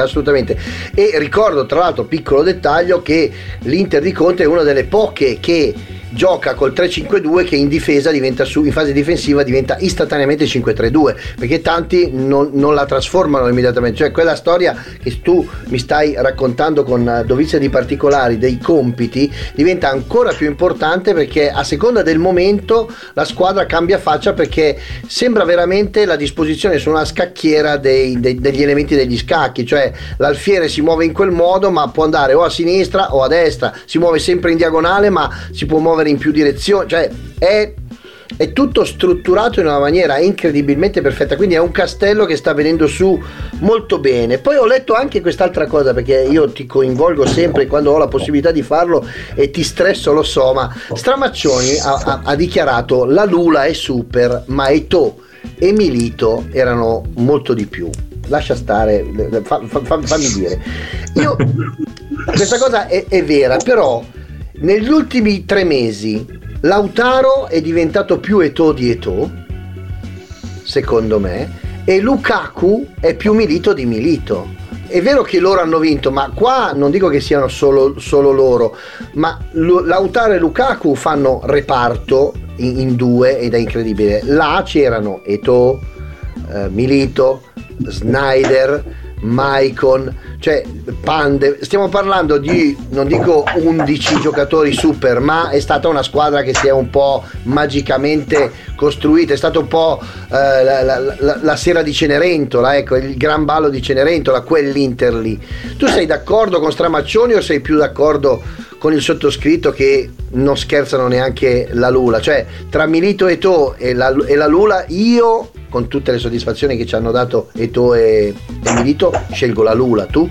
E ricordo, tra l'altro, piccolo dettaglio, che l'Inter di Conte è una delle poche che gioca col 3-5-2 che in difesa diventa in fase difensiva diventa istantaneamente 5-3-2, perché tanti non la trasformano immediatamente. Cioè quella storia che tu mi stai raccontando con dovizia di particolari dei compiti diventa ancora più importante, perché a seconda del momento la squadra cambia faccia, perché sembra veramente la disposizione su una scacchiera degli elementi degli scacchi, cioè l'alfiere si muove in quel modo ma può andare o a sinistra o a destra, si muove sempre in diagonale ma si può muovere in più direzioni, cioè è è tutto strutturato in una maniera incredibilmente perfetta, quindi è un castello che sta venendo su molto bene. Poi ho letto anche quest'altra cosa, perché io ti coinvolgo sempre quando ho la possibilità di farlo e ti stresso, lo so, ma Stramaccioni ha dichiarato: la Lula è super, ma Eto'o e Milito erano molto di più. Lascia stare, fammi dire. Questa cosa è vera, però negli ultimi 3 mesi Lautaro è diventato più Eto'o di Eto'o, secondo me, e Lukaku è più Milito di Milito. È vero che loro hanno vinto, ma qua non dico che siano solo loro, ma Lautaro e Lukaku fanno reparto in due ed è incredibile. Là c'erano Eto'o, Milito, Sneijder, Maicon, cioè Pande. Stiamo parlando di, non dico 11 giocatori super, ma è stata una squadra che si è un po' magicamente costruita. È stato un po' la sera di Cenerentola, ecco, il gran ballo di Cenerentola, quell'Inter lì. Tu sei d'accordo con Stramaccioni o sei più d'accordo con il sottoscritto che non scherzano neanche la Lula? Cioè, tra Milito, Eto'o e la Lula, io, con tutte le soddisfazioni che ci hanno dato Eto'o e Milito, scelgo la Lula. Tu?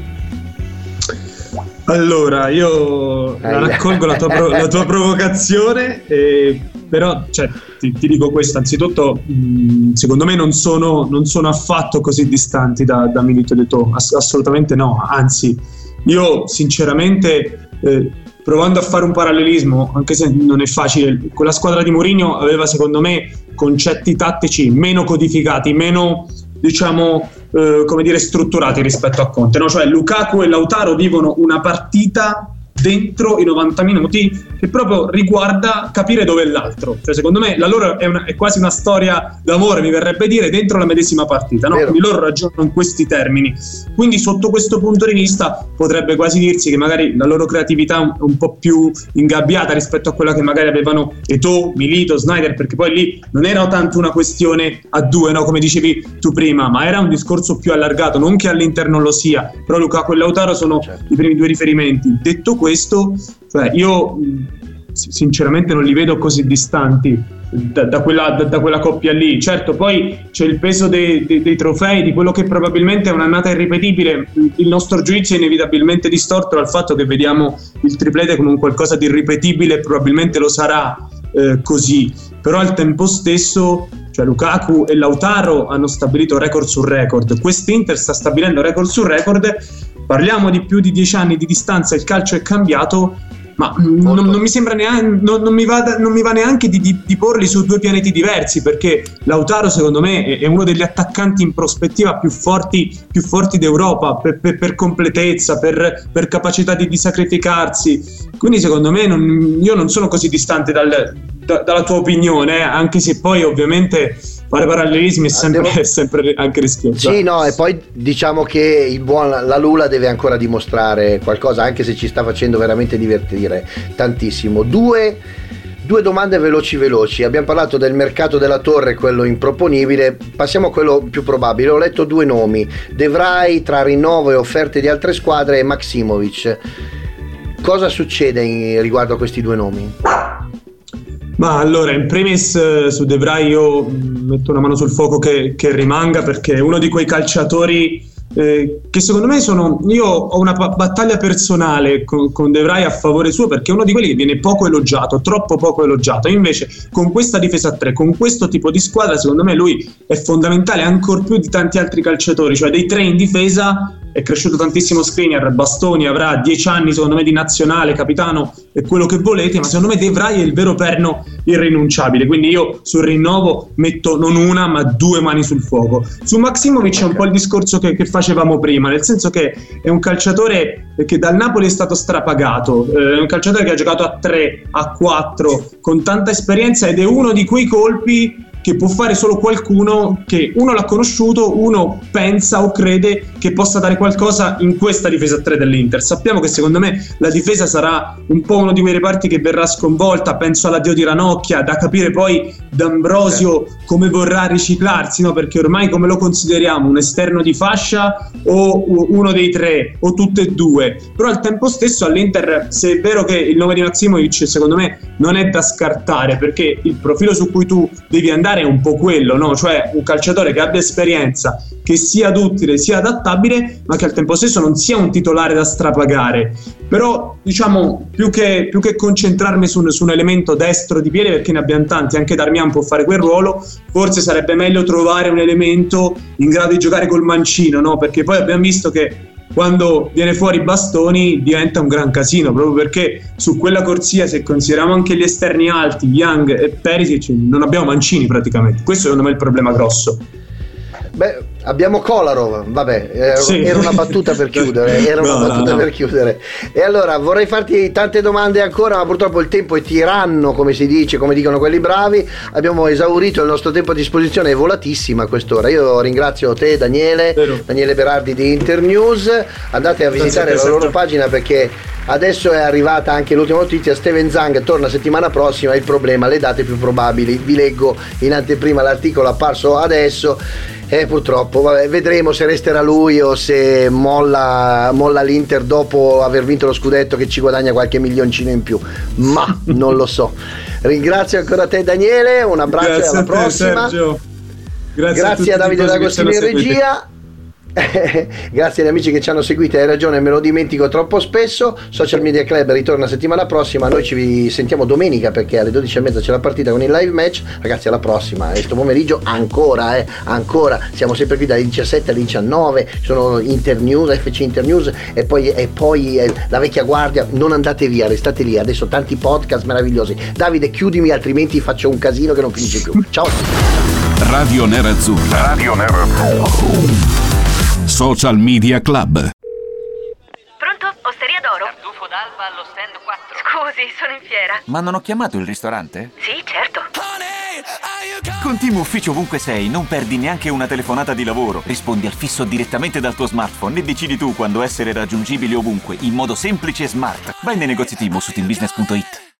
Allora, io raccolgo la tua provocazione, però cioè, ti dico questo: anzitutto secondo me non sono affatto così distanti da Milito ed Eto'o, assolutamente no, anzi io sinceramente provando a fare un parallelismo, anche se non è facile, quella squadra di Mourinho aveva secondo me concetti tattici meno codificati, meno diciamo come dire strutturati rispetto a Conte, no? Cioè Lukaku e Lautaro vivono una partita dentro i 90 minuti che proprio riguarda capire dove è l'altro. Cioè secondo me la loro è quasi una storia d'amore, mi verrebbe dire, dentro la medesima partita, no? Quindi loro ragionano in questi termini, quindi sotto questo punto di vista potrebbe quasi dirsi che magari la loro creatività è un po' più ingabbiata rispetto a quella che magari avevano Eto'o, Milito, Sneijder, perché poi lì non era tanto una questione a due, no? Come dicevi tu prima, ma era un discorso più allargato, non che all'Inter non lo sia, però Lukaku e Lautaro sono i primi due riferimenti. Detto questo, cioè io sinceramente non li vedo così distanti da quella coppia lì. Certo, poi c'è il peso dei trofei, di quello che probabilmente è un'annata irripetibile. Il nostro giudizio è inevitabilmente distorto dal fatto che vediamo il triplete come un qualcosa di irripetibile, probabilmente lo sarà così, però al tempo stesso, cioè Lukaku e Lautaro hanno stabilito record su record, quest'Inter sta stabilendo record su record. Parliamo di più di 10 anni di distanza, il calcio è cambiato, ma non mi sembra neanche, non mi va neanche di porli su due pianeti diversi, perché Lautaro secondo me è uno degli attaccanti in prospettiva più forti d'Europa per completezza, per capacità di sacrificarsi, quindi secondo me io non sono così distante dalla tua opinione, anche se poi ovviamente fare parallelismi è sempre anche rischioso. Sì, no, e poi diciamo che la Lula deve ancora dimostrare qualcosa, anche se ci sta facendo veramente divertire tantissimo. Due domande veloci. Abbiamo parlato del mercato della Torre, quello improponibile, passiamo a quello più probabile. Ho letto 2 nomi: De Vrij tra rinnovo e offerte di altre squadre e Maksimovic. Cosa succede riguardo a questi 2 nomi? Ma allora, in primis su De Vrij io metto una mano sul fuoco che rimanga, perché è uno di quei calciatori che secondo me io ho una battaglia personale con De Vrij a favore suo, perché è uno di quelli che viene poco elogiato, troppo poco elogiato. Invece con questa difesa a 3, con questo tipo di squadra, secondo me lui è fondamentale ancor più di tanti altri calciatori. Cioè dei 3 in difesa è cresciuto tantissimo Skriniar, Bastoni avrà 10 anni secondo me di nazionale, capitano e quello che volete, ma secondo me De Vrij è il vero perno irrinunciabile, quindi io sul rinnovo metto non una ma 2 mani sul fuoco. Su Maksimovic è un po' il discorso che facevamo prima, nel senso che è un calciatore che dal Napoli è stato strapagato, è un calciatore che ha giocato a 3, a 4 con tanta esperienza, ed è uno di quei colpi che può fare solo qualcuno che uno l'ha conosciuto, uno pensa o crede che possa dare qualcosa in questa difesa 3 dell'Inter. Sappiamo che secondo me la difesa sarà un po' uno di quei reparti che verrà sconvolta, penso all'addio di Ranocchia, da capire poi D'Ambrosio come vorrà riciclarsi, no? Perché ormai come lo consideriamo, un esterno di fascia o uno dei tre o tutte e due? Però al tempo stesso all'Inter, se è vero che il nome di Maximovic secondo me non è da scartare, perché il profilo su cui tu devi andare è un po' quello, no? Cioè un calciatore che abbia esperienza, che sia duttile, sia adattabile, ma che al tempo stesso non sia un titolare da strapagare. Però diciamo, più che concentrarmi su un elemento destro di piede, perché ne abbiamo tanti, anche Darmian può fare quel ruolo, forse sarebbe meglio trovare un elemento in grado di giocare col mancino, no? Perché poi abbiamo visto che quando viene fuori Bastoni diventa un gran casino, proprio perché su quella corsia, se consideriamo anche gli esterni alti, Young e Perisic, non abbiamo mancini praticamente. Questo secondo me è il problema grosso. Beh, abbiamo Kolarov, vabbè, sì. Era una battuta per chiudere, per chiudere. E allora vorrei farti tante domande ancora, ma purtroppo il tempo è tiranno, come si dice, come dicono quelli bravi. Abbiamo esaurito il nostro tempo a disposizione, è volatissima quest'ora. Io ringrazio te, Daniele Berardi di Internews. Andate a visitare la loro pagina, perché adesso è arrivata anche l'ultima notizia. Steven Zhang torna settimana prossima. Il problema, le date più probabili, vi leggo in anteprima l'articolo apparso adesso. Purtroppo, vabbè, vedremo se resterà lui o se molla l'Inter dopo aver vinto lo scudetto, che ci guadagna qualche milioncino in più, ma non lo so. Ringrazio ancora te, Daniele, un abbraccio. Grazie, e alla prossima. Sergio. Grazie a Davide D'Agostino in regia. Grazie agli amici che ci hanno seguito. Hai ragione, me lo dimentico troppo spesso. Social Media Club ritorna settimana prossima. Noi ci sentiamo domenica, perché alle 12:30 c'è la partita con il live match. Ragazzi, alla prossima. E sto pomeriggio ancora siamo sempre qui dalle 17 alle 19. Sono Internews, FC Internews e poi la vecchia guardia. Non andate via, restate lì. Adesso tanti podcast meravigliosi. Davide, chiudimi, altrimenti faccio un casino che non finisce più. Ciao. Radio Nerazzurra. Social Media Club. Pronto? Osteria d'Oro? Tartufo d'Alba allo stand 4. Scusi, sono in fiera. Ma non ho chiamato il ristorante? Sì, certo. Con Team Ufficio ovunque sei, non perdi neanche una telefonata di lavoro. Rispondi al fisso direttamente dal tuo smartphone e decidi tu quando essere raggiungibile ovunque, in modo semplice e smart. Vai nei negozi Team o su teambusiness.it.